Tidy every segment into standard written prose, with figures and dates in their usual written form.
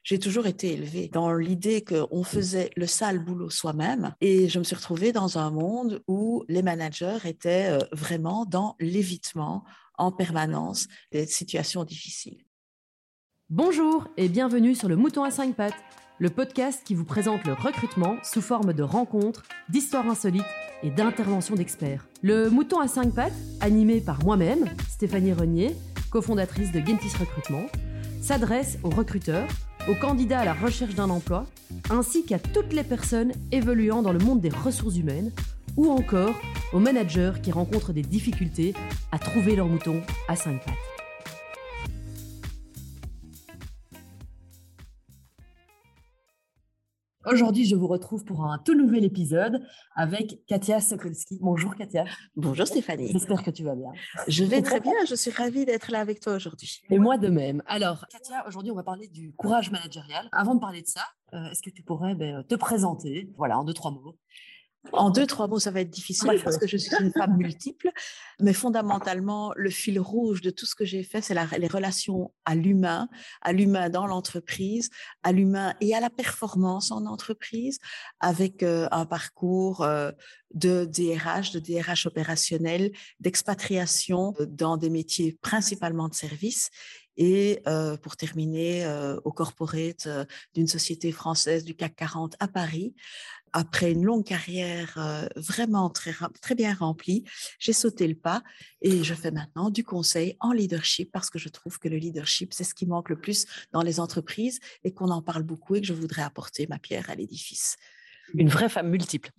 J'ai toujours été élevée dans l'idée qu'on faisait le sale boulot soi-même et je me suis retrouvée dans un monde où les managers étaient vraiment dans l'évitement en permanence des situations difficiles. Bonjour et bienvenue sur le Mouton à 5 pattes, le podcast qui vous présente le recrutement sous forme de rencontres, d'histoires insolites et d'interventions d'experts. Le Mouton à 5 pattes, animé par moi-même, Stéphanie Renier, cofondatrice de Gentis Recrutement, s'adresse aux recruteurs, aux candidats à la recherche d'un emploi, ainsi qu'à toutes les personnes évoluant dans le monde des ressources humaines, ou encore aux managers qui rencontrent des difficultés à trouver leur mouton à 5 pattes. Aujourd'hui, je vous retrouve pour un tout nouvel épisode avec Katia Sokolski. Bonjour Katia. Bonjour Stéphanie. J'espère que tu vas bien. Je vais très bien, je suis ravie d'être là avec toi aujourd'hui. Et moi de même. Alors, Katia, aujourd'hui, on va parler du courage managérial. Avant de parler de ça, est-ce que tu pourrais te présenter, voilà, en 2-3 mots? En 2-3 mots, ça va être difficile parce que je suis une femme multiple, mais fondamentalement, le fil rouge de tout ce que j'ai fait, c'est les relations à l'humain dans l'entreprise, à l'humain et à la performance en entreprise, avec un parcours de DRH opérationnel, d'expatriation dans des métiers principalement de service. Et pour terminer, au corporate d'une société française du CAC 40 à Paris. Après une longue carrière vraiment très bien remplie, j'ai sauté le pas et je fais maintenant du conseil en leadership parce que je trouve que le leadership, c'est ce qui manque le plus dans les entreprises et qu'on en parle beaucoup et que je voudrais apporter ma pierre à l'édifice. Une vraie femme multiple.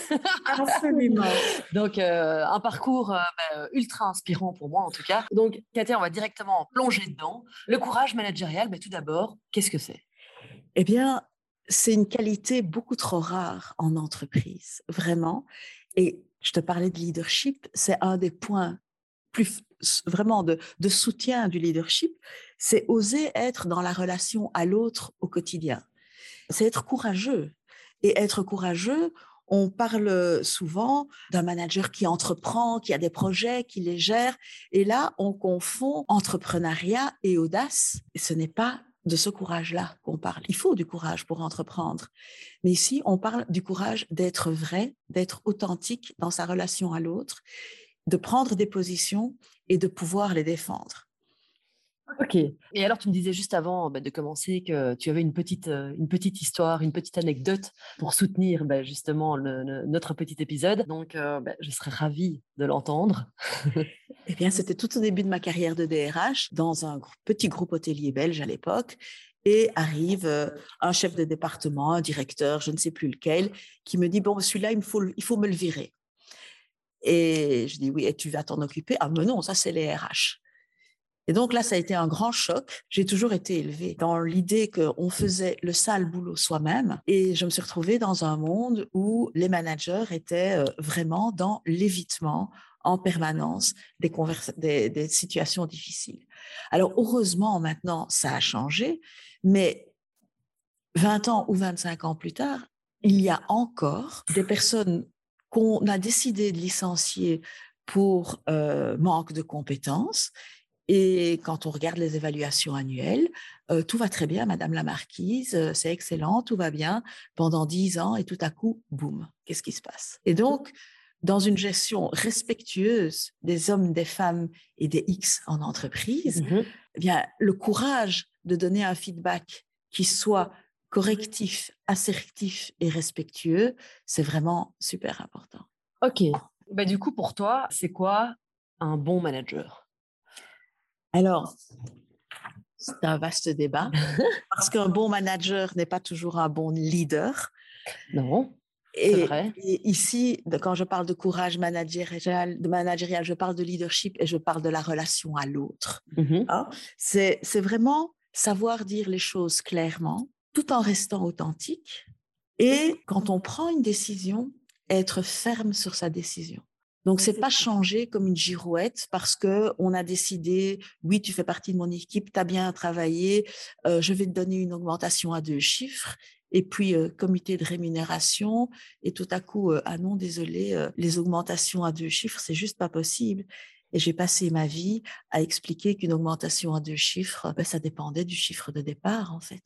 Absolument. Donc, un parcours ultra inspirant pour moi, en tout cas. Donc, Katia, on va directement plonger dedans. Le courage managérial, tout d'abord, qu'est-ce que c'est? Eh bien, c'est une qualité beaucoup trop rare en entreprise, vraiment. Et je te parlais de leadership, c'est un des points plus vraiment de soutien du leadership, c'est oser être dans la relation à l'autre au quotidien. C'est être courageux. Et être courageux, on parle souvent d'un manager qui entreprend, qui a des projets, qui les gère. Et là, on confond entrepreneuriat et audace. Et ce n'est pas de ce courage-là qu'on parle. Il faut du courage pour entreprendre. Mais ici, on parle du courage d'être vrai, d'être authentique dans sa relation à l'autre, de prendre des positions et de pouvoir les défendre. Ok. Et alors, tu me disais juste avant de commencer que tu avais une petite histoire, une petite anecdote pour soutenir justement notre petit épisode. Donc, je serais ravie de l'entendre. Eh bien, c'était tout au début de ma carrière de DRH dans un petit groupe hôtelier belge à l'époque. Et arrive un chef de département, un directeur, je ne sais plus lequel, qui me dit « Bon, celui-là, il faut me le virer. » Et je dis « Oui, et tu vas t'en occuper ?» « Ah, mais non, ça, c'est les RH. » Et donc là, ça a été un grand choc. J'ai toujours été élevée dans l'idée qu'on faisait le sale boulot soi-même. Et je me suis retrouvée dans un monde où les managers étaient vraiment dans l'évitement en permanence des situations difficiles. Alors, heureusement, maintenant, ça a changé. Mais 20 ans ou 25 ans plus tard, il y a encore des personnes qu'on a décidé de licencier pour manque de compétences. Et quand on regarde les évaluations annuelles, tout va très bien, Madame la Marquise, c'est excellent, tout va bien pendant 10 ans et tout à coup, boum, qu'est-ce qui se passe? Et donc, dans une gestion respectueuse des hommes, des femmes et des X en entreprise, eh bien, le courage de donner un feedback qui soit correctif, assertif et respectueux, c'est vraiment super important. Ok. Du coup, pour toi, c'est quoi un bon manager? Alors, c'est un vaste débat parce qu'un bon manager n'est pas toujours un bon leader. Non, c'est vrai. Et ici, quand je parle de courage managérial, je parle de leadership et je parle de la relation à l'autre. Hein? C'est vraiment savoir dire les choses clairement, tout en restant authentique. Et quand on prend une décision, être ferme sur sa décision. Donc, c'est pas changer comme une girouette parce que on a décidé, oui, tu fais partie de mon équipe, tu as bien travaillé, je vais te donner une augmentation à 2 chiffres. Et puis, comité de rémunération. Et tout à coup, ah non, désolé, les augmentations à 2 chiffres, c'est juste pas possible. Et j'ai passé ma vie à expliquer qu'une augmentation à 2 chiffres, ça dépendait du chiffre de départ, en fait.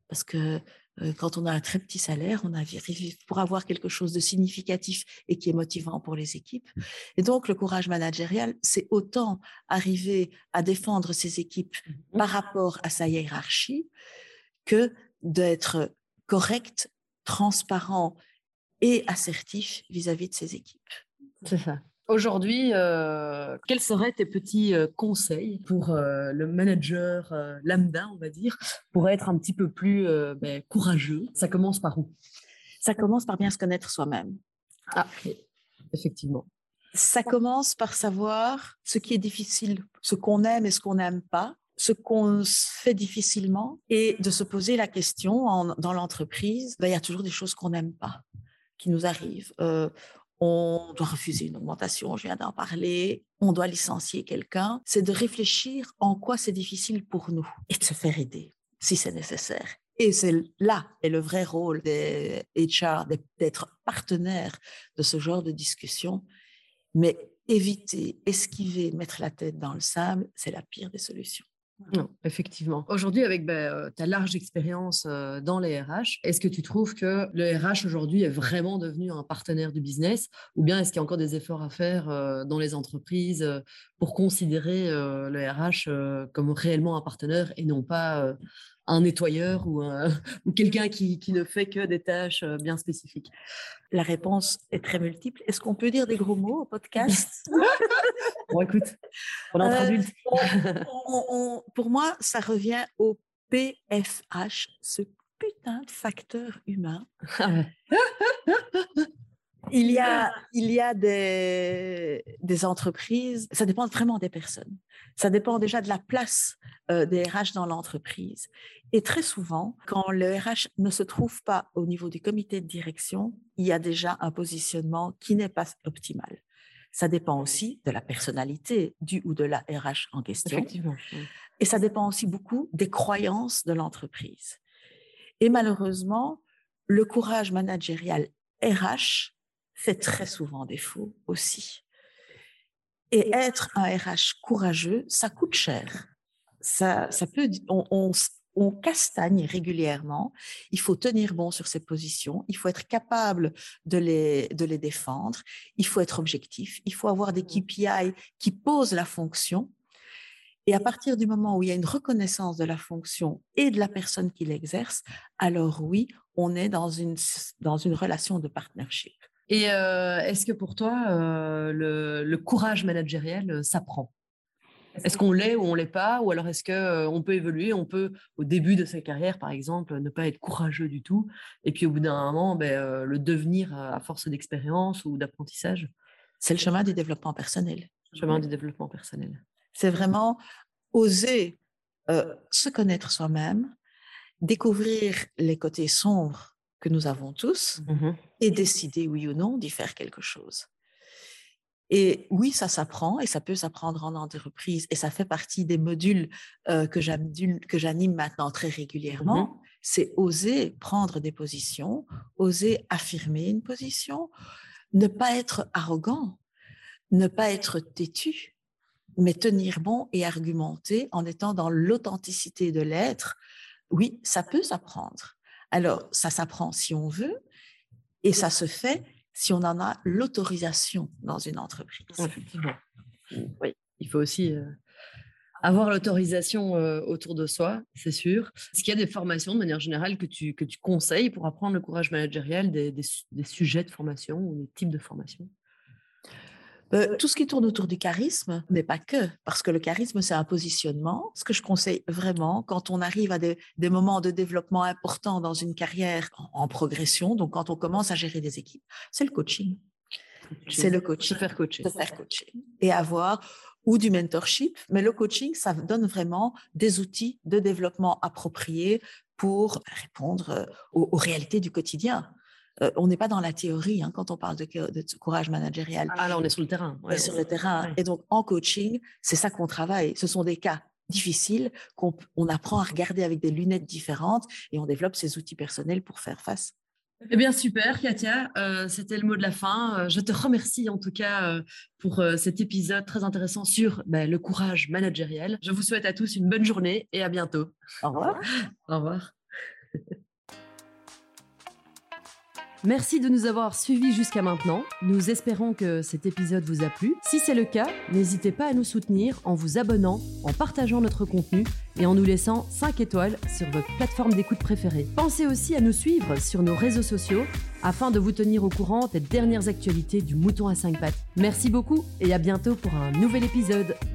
Parce que quand on a un très petit salaire, on arrive pour avoir quelque chose de significatif et qui est motivant pour les équipes. Et donc, le courage managérial, c'est autant arriver à défendre ses équipes par rapport à sa hiérarchie que d'être correct, transparent et assertif vis-à-vis de ses équipes. C'est ça. Aujourd'hui, quels seraient tes petits conseils pour le manager lambda, on va dire, pour être un petit peu plus courageux? Ça commence par où? Ça commence par bien se connaître soi-même. Ah, effectivement. Ça commence par savoir ce qui est difficile, ce qu'on aime et ce qu'on n'aime pas, ce qu'on fait difficilement, et de se poser la question dans l'entreprise, il y a toujours des choses qu'on n'aime pas qui nous arrivent. On doit refuser une augmentation, je viens d'en parler, on doit licencier quelqu'un. C'est de réfléchir en quoi c'est difficile pour nous et de se faire aider si c'est nécessaire. Et c'est là est le vrai rôle des HR, d'être partenaire de ce genre de discussion. Mais éviter, esquiver, mettre la tête dans le sable, c'est la pire des solutions. Non, effectivement. Aujourd'hui, avec ta large expérience dans les RH, est-ce que tu trouves que le RH aujourd'hui est vraiment devenu un partenaire du business, ou bien est-ce qu'il y a encore des efforts à faire dans les entreprises pour considérer le RH comme réellement un partenaire et non pas un nettoyeur ou quelqu'un qui ne fait que des tâches bien spécifiques? La réponse est très multiple. Est-ce qu'on peut dire des gros mots au podcast? Bon, écoute, on est entre adultes. Pour moi, ça revient au PFH, ce putain de facteur humain. Il y a des entreprises, ça dépend vraiment des personnes. Ça dépend déjà de la place des RH dans l'entreprise. Et très souvent, quand le RH ne se trouve pas au niveau du comité de direction, il y a déjà un positionnement qui n'est pas optimal. Ça dépend aussi de la personnalité du ou de la RH en question. Effectivement. Et ça dépend aussi beaucoup des croyances de l'entreprise. Et malheureusement, le courage managérial RH fait très souvent défaut aussi. Et être un RH courageux, ça coûte cher. Ça peut, on castagne régulièrement. Il faut tenir bon sur ses positions. Il faut être capable de les défendre. Il faut être objectif. Il faut avoir des KPI qui posent la fonction. Et à partir du moment où il y a une reconnaissance de la fonction et de la personne qui l'exerce, alors oui, on est dans une relation de partnership. Et est-ce que pour toi, le courage managériel s'apprend? Est-ce qu'on l'est ou on ne l'est pas? Ou alors est-ce qu'on peut évoluer? On peut, au début de sa carrière, par exemple, ne pas être courageux du tout. Et puis au bout d'un moment, le devenir à force d'expérience ou d'apprentissage? C'est le chemin du développement personnel. Chemin du développement personnel. C'est vraiment oser se connaître soi-même, découvrir les côtés sombres que nous avons tous et décider, oui ou non, d'y faire quelque chose. Et oui, ça s'apprend et ça peut s'apprendre en entreprise et ça fait partie des modules que j'anime maintenant très régulièrement. C'est oser prendre des positions, oser affirmer une position, ne pas être arrogant, ne pas être têtu, mais tenir bon et argumenter en étant dans l'authenticité de l'être. Oui, ça peut s'apprendre. Alors, ça s'apprend si on veut et ça se fait si on en a l'autorisation dans une entreprise. Effectivement. Oui, il faut aussi avoir l'autorisation autour de soi, c'est sûr. Est-ce qu'il y a des formations de manière générale que tu conseilles pour apprendre le courage managérial, des sujets de formation ou des types de formation? Tout ce qui tourne autour du charisme, mais pas que, parce que le charisme, c'est un positionnement. Ce que je conseille vraiment, quand on arrive à des moments de développement importants dans une carrière en progression, donc quand on commence à gérer des équipes, c'est le coaching. C'est le coaching. Se faire coacher. Se faire coacher. Et avoir, ou du mentorship, mais le coaching, ça donne vraiment des outils de développement appropriés pour répondre aux réalités du quotidien. On n'est pas dans la théorie quand on parle de courage managérial. Ah là, on est sur le terrain. Ouais, sur le terrain. Ouais. Et donc, en coaching, c'est ça qu'on travaille. Ce sont des cas difficiles qu'on apprend à regarder avec des lunettes différentes et on développe ses outils personnels pour faire face. Eh bien, super, Katia. C'était le mot de la fin. Je te remercie en tout cas pour cet épisode très intéressant sur le courage managériel. Je vous souhaite à tous une bonne journée et à bientôt. Au revoir. Au revoir. Merci de nous avoir suivis jusqu'à maintenant. Nous espérons que cet épisode vous a plu. Si c'est le cas, n'hésitez pas à nous soutenir en vous abonnant, en partageant notre contenu et en nous laissant 5 étoiles sur votre plateforme d'écoute préférée. Pensez aussi à nous suivre sur nos réseaux sociaux afin de vous tenir au courant des dernières actualités du Mouton à 5 pattes. Merci beaucoup et à bientôt pour un nouvel épisode.